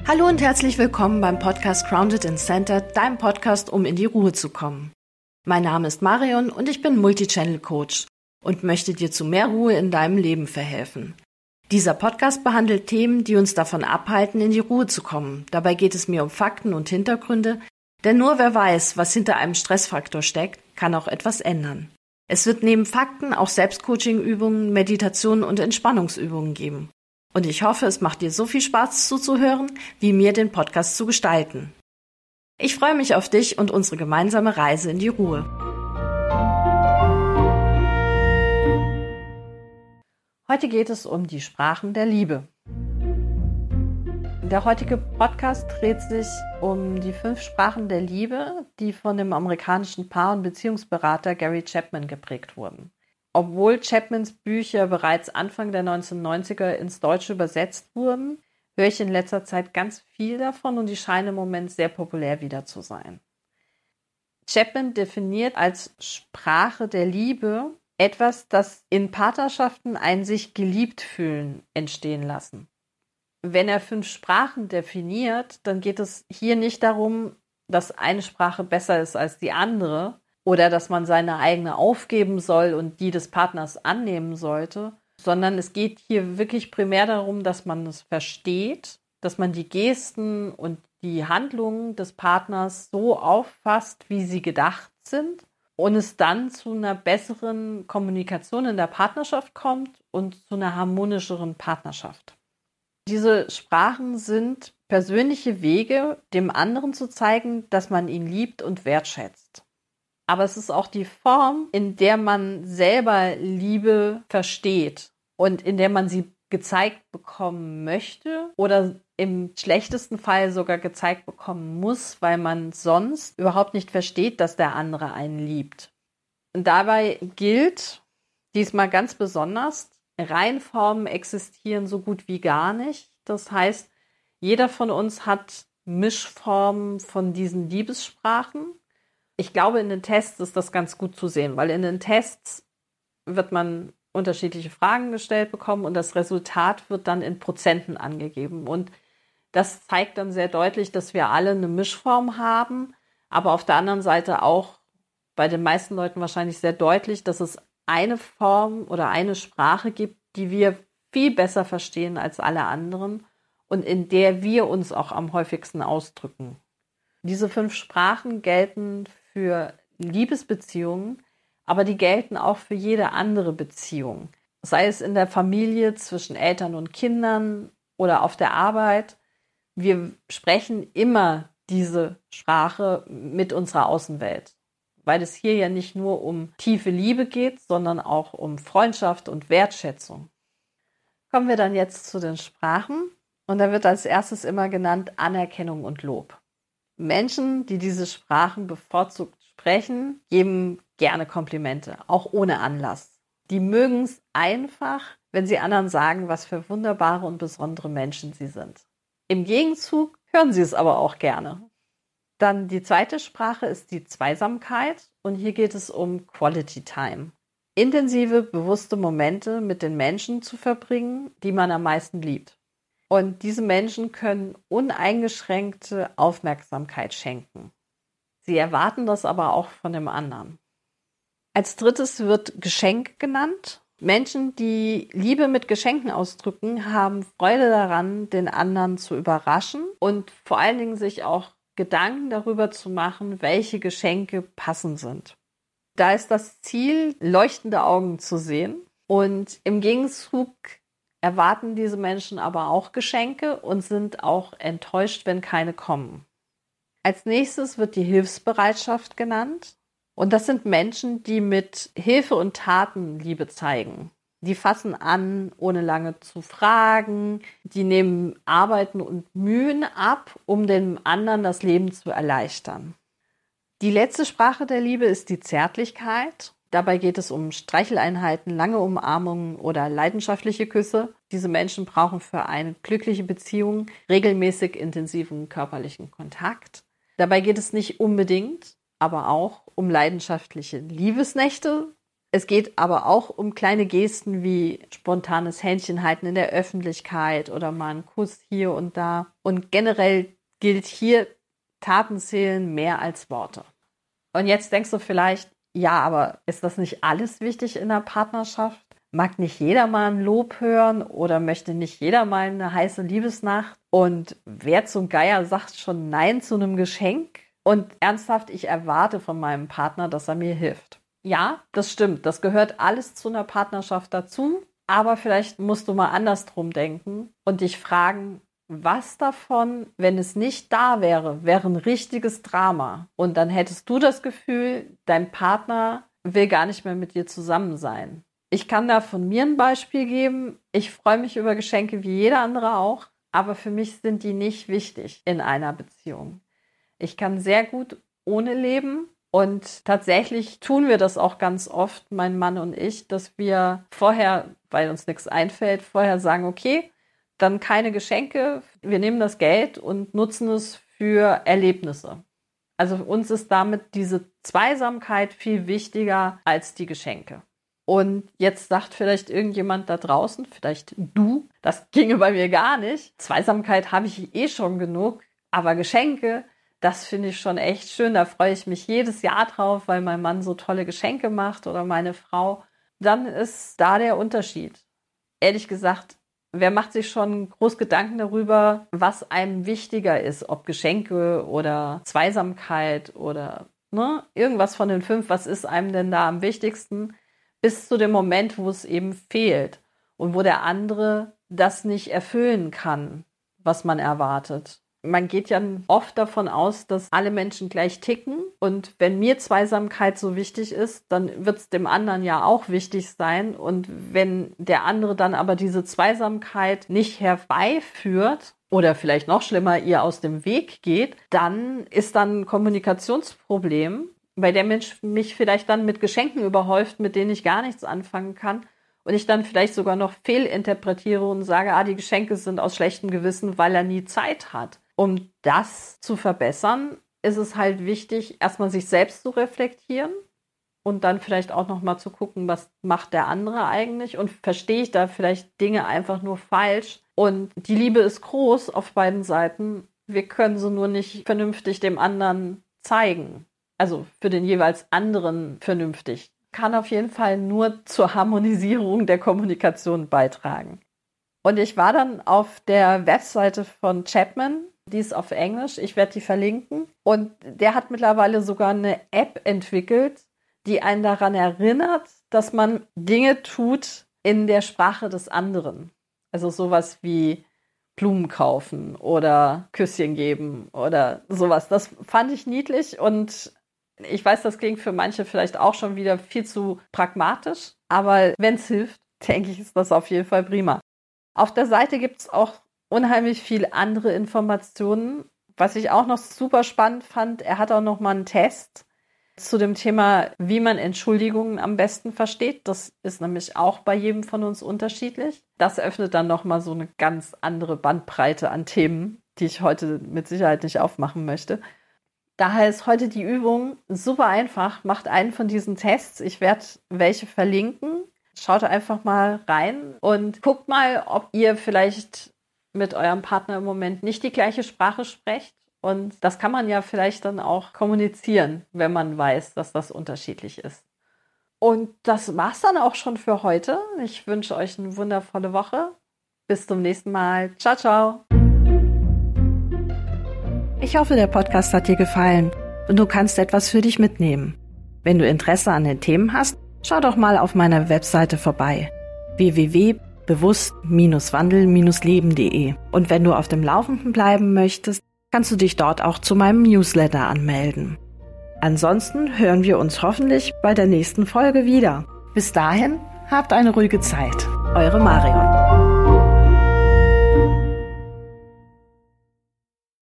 Hallo und herzlich willkommen beim Podcast Grounded in Center, deinem Podcast, um in die Ruhe zu kommen. Mein Name ist Marion und ich bin Multichannel-Coach und möchte dir zu mehr Ruhe in deinem Leben verhelfen. Dieser Podcast behandelt Themen, die uns davon abhalten, in die Ruhe zu kommen. Dabei geht es mir um Fakten und Hintergründe, denn nur wer weiß, was hinter einem Stressfaktor steckt, kann auch etwas ändern. Es wird neben Fakten auch Selbstcoaching-Übungen, Meditationen und Entspannungsübungen geben. Und ich hoffe, es macht dir so viel Spaß zuzuhören, wie mir den Podcast zu gestalten. Ich freue mich auf dich und unsere gemeinsame Reise in die Ruhe. Heute geht es um die Sprachen der Liebe. Der heutige Podcast dreht sich um die 5 Sprachen der Liebe, die von dem amerikanischen Paar- und Beziehungsberater Gary Chapman geprägt wurden. Obwohl Chapmans Bücher bereits Anfang der 1990er ins Deutsche übersetzt wurden, höre ich in letzter Zeit ganz viel davon und die scheinen im Moment sehr populär wieder zu sein. Chapman definiert als Sprache der Liebe etwas, das in Partnerschaften ein sich geliebt fühlen entstehen lassen. Wenn er 5 Sprachen definiert, dann geht es hier nicht darum, dass eine Sprache besser ist als die andere, oder dass man seine eigene aufgeben soll und die des Partners annehmen sollte, sondern es geht hier wirklich primär darum, dass man es versteht, dass man die Gesten und die Handlungen des Partners so auffasst, wie sie gedacht sind und es dann zu einer besseren Kommunikation in der Partnerschaft kommt und zu einer harmonischeren Partnerschaft. Diese Sprachen sind persönliche Wege, dem anderen zu zeigen, dass man ihn liebt und wertschätzt. Aber es ist auch die Form, in der man selber Liebe versteht und in der man sie gezeigt bekommen möchte oder im schlechtesten Fall sogar gezeigt bekommen muss, weil man sonst überhaupt nicht versteht, dass der andere einen liebt. Und dabei gilt diesmal ganz besonders, Reihenformen existieren so gut wie gar nicht. Das heißt, jeder von uns hat Mischformen von diesen Liebessprachen. Ich glaube, in den Tests ist das ganz gut zu sehen, weil in den Tests wird man unterschiedliche Fragen gestellt bekommen und das Resultat wird dann in Prozenten angegeben. Und das zeigt dann sehr deutlich, dass wir alle eine Mischform haben, aber auf der anderen Seite auch bei den meisten Leuten wahrscheinlich sehr deutlich, dass es eine Form oder eine Sprache gibt, die wir viel besser verstehen als alle anderen und in der wir uns auch am häufigsten ausdrücken. Diese 5 Sprachen gelten für Liebesbeziehungen, aber die gelten auch für jede andere Beziehung. Sei es in der Familie zwischen Eltern und Kindern oder auf der Arbeit. Wir sprechen immer diese Sprache mit unserer Außenwelt, weil es hier ja nicht nur um tiefe Liebe geht, sondern auch um Freundschaft und Wertschätzung. Kommen wir dann jetzt zu den Sprachen und da wird als erstes immer genannt Anerkennung und Lob. Menschen, die diese Sprachen bevorzugt sprechen, geben gerne Komplimente, auch ohne Anlass. Die mögen es einfach, wenn sie anderen sagen, was für wunderbare und besondere Menschen sie sind. Im Gegenzug hören sie es aber auch gerne. Dann die zweite Sprache ist die Zweisamkeit und hier geht es um Quality Time. Intensive, bewusste Momente mit den Menschen zu verbringen, die man am meisten liebt. Und diese Menschen können uneingeschränkte Aufmerksamkeit schenken. Sie erwarten das aber auch von dem anderen. Als drittes wird Geschenk genannt. Menschen, die Liebe mit Geschenken ausdrücken, haben Freude daran, den anderen zu überraschen und vor allen Dingen sich auch Gedanken darüber zu machen, welche Geschenke passend sind. Da ist das Ziel, leuchtende Augen zu sehen und im Gegenzug erwarten diese Menschen aber auch Geschenke und sind auch enttäuscht, wenn keine kommen. Als nächstes wird die Hilfsbereitschaft genannt. Und das sind Menschen, die mit Hilfe und Taten Liebe zeigen. Die fassen an, ohne lange zu fragen. Die nehmen Arbeiten und Mühen ab, um dem anderen das Leben zu erleichtern. Die letzte Sprache der Liebe ist die Zärtlichkeit. Dabei geht es um Streicheleinheiten, lange Umarmungen oder leidenschaftliche Küsse. Diese Menschen brauchen für eine glückliche Beziehung regelmäßig intensiven körperlichen Kontakt. Dabei geht es nicht unbedingt, aber auch um leidenschaftliche Liebesnächte Es geht aber auch um kleine Gesten wie spontanes Händchenhalten in der Öffentlichkeit oder mal einen Kuss hier und da. Und generell gilt hier, Taten zählen mehr als Worte. Und jetzt denkst du vielleicht, ja, aber ist das nicht alles wichtig in der Partnerschaft? Mag nicht jeder mal ein Lob hören oder möchte nicht jeder mal eine heiße Liebesnacht? Und wer zum Geier sagt schon Nein zu einem Geschenk? Und ernsthaft, ich erwarte von meinem Partner, dass er mir hilft. Ja, das stimmt. Das gehört alles zu einer Partnerschaft dazu. Aber vielleicht musst du mal andersrum denken und dich fragen, was davon, wenn es nicht da wäre, wäre ein richtiges Drama. Und dann hättest du das Gefühl, dein Partner will gar nicht mehr mit dir zusammen sein. Ich kann da von mir ein Beispiel geben. Ich freue mich über Geschenke wie jeder andere auch, aber für mich sind die nicht wichtig in einer Beziehung. Ich kann sehr gut ohne leben und tatsächlich tun wir das auch ganz oft, mein Mann und ich, dass wir vorher, weil uns nichts einfällt, vorher sagen, okay, dann keine Geschenke, wir nehmen das Geld und nutzen es für Erlebnisse. Also für uns ist damit diese Zweisamkeit viel wichtiger als die Geschenke. Und jetzt sagt vielleicht irgendjemand da draußen, vielleicht du, das ginge bei mir gar nicht. Zweisamkeit habe ich eh schon genug, aber Geschenke, das finde ich schon echt schön. Da freue ich mich jedes Jahr drauf, weil mein Mann so tolle Geschenke macht oder meine Frau. Dann ist da der Unterschied. Ehrlich gesagt, wer macht sich schon groß Gedanken darüber, was einem wichtiger ist, ob Geschenke oder Zweisamkeit oder irgendwas von den 5, was ist einem denn da am wichtigsten, bis zu dem Moment, wo es eben fehlt und wo der andere das nicht erfüllen kann, was man erwartet. Man geht ja oft davon aus, dass alle Menschen gleich ticken und wenn mir Zweisamkeit so wichtig ist, dann wird es dem anderen ja auch wichtig sein und wenn der andere dann aber diese Zweisamkeit nicht herbeiführt oder vielleicht noch schlimmer, ihr aus dem Weg geht, dann ist dann ein Kommunikationsproblem, weil der Mensch mich vielleicht dann mit Geschenken überhäuft, mit denen ich gar nichts anfangen kann und ich dann vielleicht sogar noch fehlinterpretiere und sage, die Geschenke sind aus schlechtem Gewissen, weil er nie Zeit hat. Um das zu verbessern, ist es halt wichtig, erstmal sich selbst zu reflektieren und dann vielleicht auch nochmal zu gucken, was macht der andere eigentlich und verstehe ich da vielleicht Dinge einfach nur falsch. Und die Liebe ist groß auf beiden Seiten. Wir können sie nur nicht vernünftig dem anderen zeigen. Also für den jeweils anderen vernünftig. Kann auf jeden Fall nur zur Harmonisierung der Kommunikation beitragen. Und ich war dann auf der Webseite von Chapman, die ist auf Englisch, ich werde die verlinken. Und der hat mittlerweile sogar eine App entwickelt, die einen daran erinnert, dass man Dinge tut in der Sprache des anderen. Also sowas wie Blumen kaufen oder Küsschen geben oder sowas. Das fand ich niedlich und ich weiß, das klingt für manche vielleicht auch schon wieder viel zu pragmatisch, aber wenn es hilft, denke ich, ist das auf jeden Fall prima. Auf der Seite gibt es auch unheimlich viel andere Informationen. Was ich auch noch super spannend fand, er hat auch noch mal einen Test zu dem Thema, wie man Entschuldigungen am besten versteht. Das ist nämlich auch bei jedem von uns unterschiedlich. Das öffnet dann noch mal so eine ganz andere Bandbreite an Themen, die ich heute mit Sicherheit nicht aufmachen möchte. Daher ist heute die Übung super einfach. Macht einen von diesen Tests. Ich werde welche verlinken. Schaut einfach mal rein und guckt mal, ob ihr vielleicht mit eurem Partner im Moment nicht die gleiche Sprache sprecht. Und das kann man ja vielleicht dann auch kommunizieren, wenn man weiß, dass das unterschiedlich ist. Und das war's dann auch schon für heute. Ich wünsche euch eine wundervolle Woche. Bis zum nächsten Mal. Ciao, ciao. Ich hoffe, der Podcast hat dir gefallen und du kannst etwas für dich mitnehmen. Wenn du Interesse an den Themen hast, schau doch mal auf meiner Webseite vorbei. www.bewusst-wandel-leben.de. Und wenn du auf dem Laufenden bleiben möchtest, kannst du dich dort auch zu meinem Newsletter anmelden. Ansonsten hören wir uns hoffentlich bei der nächsten Folge wieder. Bis dahin, habt eine ruhige Zeit. Eure Marion.